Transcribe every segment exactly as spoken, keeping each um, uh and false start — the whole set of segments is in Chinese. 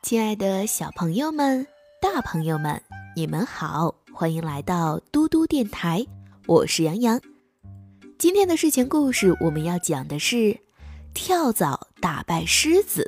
亲爱的小朋友们、大朋友们，你们好，欢迎来到嘟嘟电台，我是杨洋。今天的睡前故事我们要讲的是跳蚤打败狮子。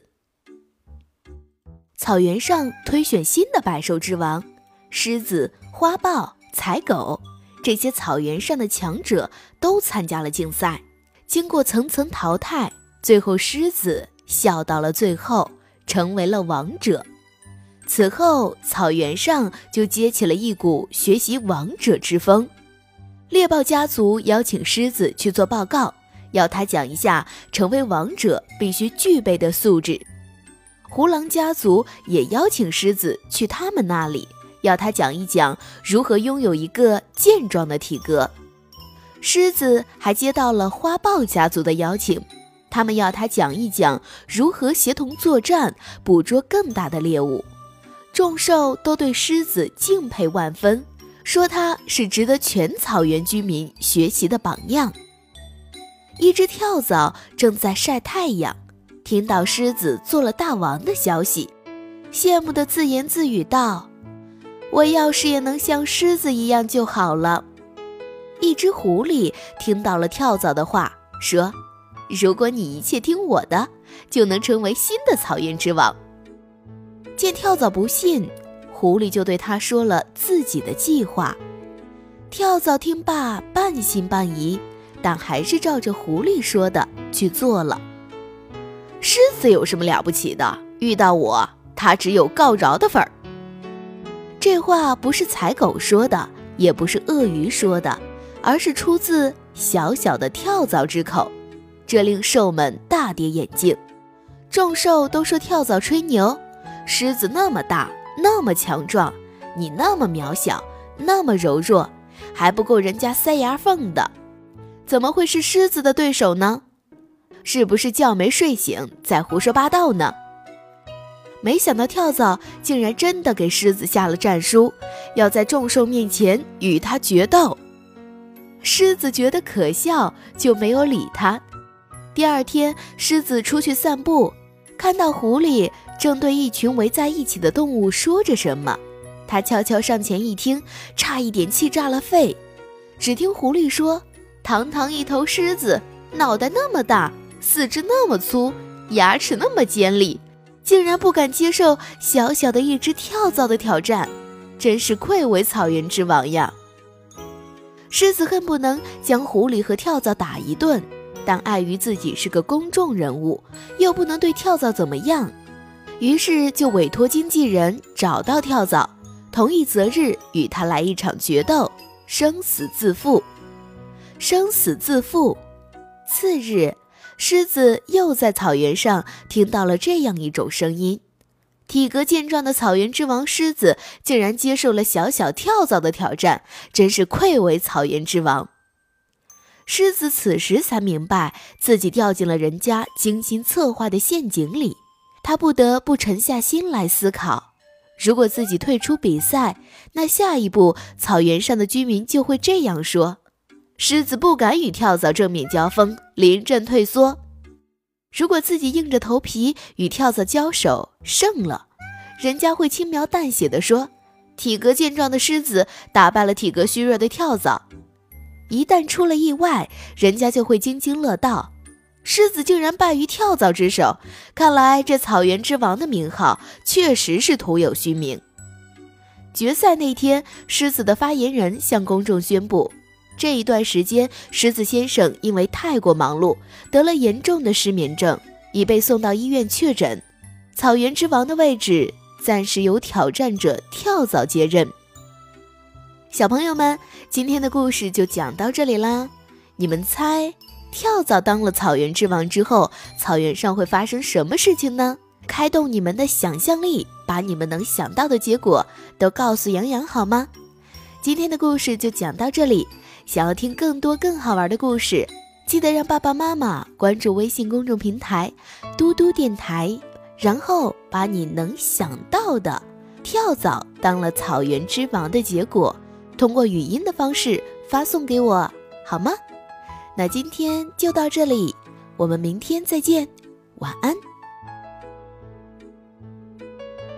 草原上推选新的百兽之王，狮子、花豹、彩狗，这些草原上的强者都参加了竞赛。经过层层淘汰，最后狮子笑到了最后，成为了王者。此后草原上就接起了一股学习王者之风。猎豹家族邀请狮子去做报告，要他讲一下成为王者必须具备的素质。胡狼家族也邀请狮子去他们那里，要他讲一讲如何拥有一个健壮的体格。狮子还接到了花豹家族的邀请，他们要他讲一讲如何协同作战，捕捉更大的猎物。众兽都对狮子敬佩万分，说他是值得全草原居民学习的榜样。一只跳蚤正在晒太阳，听到狮子做了大王的消息，羡慕地自言自语道：我要是也能像狮子一样就好了。一只狐狸听到了跳蚤的话，说：如果你一切听我的，就能成为新的草原之王。见跳蚤不信，狐狸就对他说了自己的计划。跳蚤听罢半信半疑，但还是照着狐狸说的去做了。狮子有什么了不起的？遇到我，他只有告饶的份儿。这话不是彩狗说的，也不是鳄鱼说的，而是出自小小的跳蚤之口，这令兽们大跌眼镜。众兽都说跳蚤吹牛，狮子那么大，那么强壮，你那么渺小，那么柔弱，还不够人家塞牙缝的，怎么会是狮子的对手呢？是不是觉没睡醒，在胡说八道呢？没想到跳蚤竟然真的给狮子下了战书，要在众兽面前与他决斗。狮子觉得可笑，就没有理他。第二天，狮子出去散步，看到狐狸正对一群围在一起的动物说着什么，他悄悄上前一听，差一点气炸了肺。只听狐狸说：堂堂一头狮子，脑袋那么大，四肢那么粗，牙齿那么尖利，竟然不敢接受小小的一只跳蚤的挑战，真是愧为草原之王呀。狮子恨不能将狐狸和跳蚤打一顿，但碍于自己是个公众人物，又不能对跳蚤怎么样，于是就委托经纪人找到跳蚤，同一择日与他来一场决斗，生死自负。生死自负。次日，狮子又在草原上听到了这样一种声音，体格健壮的草原之王狮子竟然接受了小小跳蚤的挑战，真是愧为草原之王。狮子此时才明白自己掉进了人家精心策划的陷阱里，他不得不沉下心来思考，如果自己退出比赛，那下一步草原上的居民就会这样说：狮子不敢与跳蚤正面交锋，临阵退缩。如果自己硬着头皮与跳蚤交手，胜了，人家会轻描淡写地说，体格健壮的狮子打败了体格虚弱的跳蚤。一旦出了意外，人家就会津津乐道，狮子竟然败于跳蚤之手，看来这草原之王的名号确实是徒有虚名。决赛那天，狮子的发言人向公众宣布，这一段时间，狮子先生因为太过忙碌，得了严重的失眠症，已被送到医院确诊。草原之王的位置暂时由挑战者跳蚤接任。小朋友们，今天的故事就讲到这里啦。你们猜，跳蚤当了草原之王之后，草原上会发生什么事情呢？开动你们的想象力，把你们能想到的结果都告诉杨洋好吗？今天的故事就讲到这里。想要听更多更好玩的故事，记得让爸爸妈妈关注微信公众平台嘟嘟电台，然后把你能想到的跳蚤当了草原之王的结果通过语音的方式发送给我，好吗？那今天就到这里，我们明天再见，晚安。